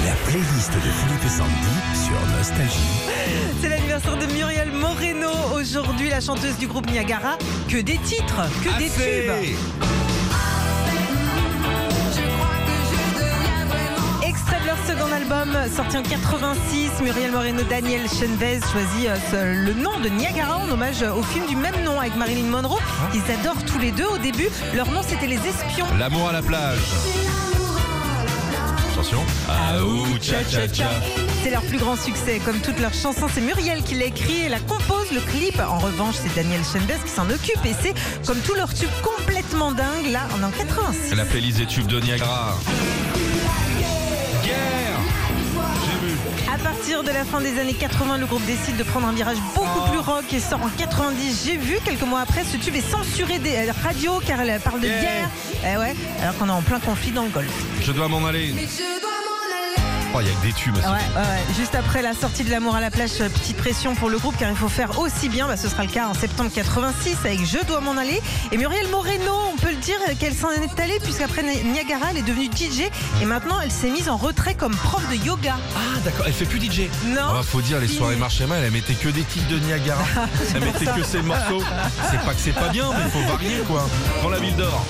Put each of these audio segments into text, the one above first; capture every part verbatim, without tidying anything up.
La playlist de Philippe et Sandy sur Nostalgie. C'est l'anniversaire de Muriel Moreno aujourd'hui, la chanteuse du groupe Niagara. Que des titres, que des tubes. Extrait de leur second album sorti en quatre-vingt-six, Muriel Moreno, Daniel Chenvez choisit euh, le nom de Niagara en hommage au film du même nom avec Marilyn Monroe. Ils adorent tous les deux. Au début, leur nom c'était les Espions. L'amour à la plage. Attention. Ah ouh, tcha tcha tcha. C'est leur plus grand succès. Comme toutes leurs chansons, c'est Muriel qui l'a écrit et la compose. Le clip, en revanche, c'est Daniel Chenvez qui s'en occupe. Et c'est, comme tous leurs tubes, complètement dingue. Là, on est en quatre-vingt-six. La playlist des tubes de Niagara. Guerre. J'ai vu. À partir de la fin des années quatre-vingts, le groupe décide de prendre un virage beaucoup plus rock et sort en quatre-vingt-dix. J'ai vu, quelques mois après, ce tube est censuré des radios car elle parle de Yeah. guerre. Eh ouais, alors qu'on est en plein conflit dans le Golfe. Je dois m'en aller. Oh, il y a que des tubes. Ouais, ouais, ouais. Juste après la sortie de L'amour à la plage, petite pression pour le groupe car il faut faire aussi bien. Bah, ce sera le cas en septembre quatre-vingt-six avec Je dois m'en aller. Et Muriel Moreno, on peut le dire qu'elle s'en est allée puisqu'après Niagara, elle est devenue D J et maintenant elle s'est mise en retrait comme prof de yoga. Ah d'accord, elle fait plus D J. Non. Ah, faut dire, les soirées marchaient mal, elle mettait que des titres de Niagara. Elle mettait que ses morceaux. C'est pas que c'est pas bien, mais il faut varier quoi. Dans la ville d'or.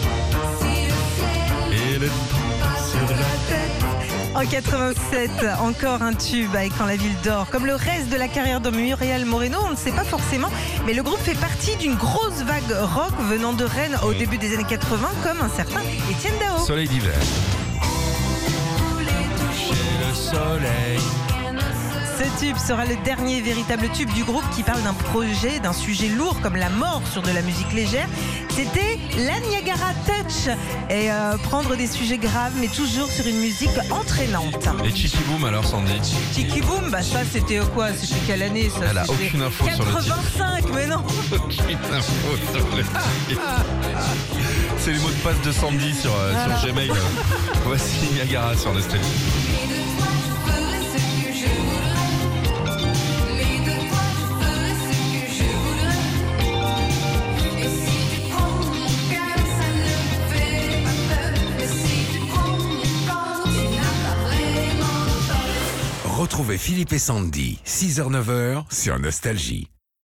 Et le sur la tête. En quatre-vingt-sept, encore un tube avec Quand la ville dort. Comme le reste de la carrière de Muriel Moreno, on ne sait pas forcément, mais le groupe fait partie d'une grosse vague rock venant de Rennes au début des années quatre-vingts, comme un certain Étienne Dao. Soleil d'hiver. Toucher le soleil. Ce tube sera le dernier véritable tube du groupe qui parle d'un projet, d'un sujet lourd comme la mort sur de la musique légère. C'était la Niagara Touch. Et euh, prendre des sujets graves, mais toujours sur une musique entraînante. Et Chicky Boom alors, Sandy? Tiki Boom, bah ça c'était euh, quoi? C'était quelle année ça? Elle a C'était aucune info sur le titre. quatre-vingt-cinq, mais non. Aucune info sur le titre. C'est les mots de passe de Sandy sur, euh, Voilà. sur Gmail. Voici Niagara sur Nostalgie. Retrouvez Philippe et Sandy, six heures neuf heures sur Nostalgie.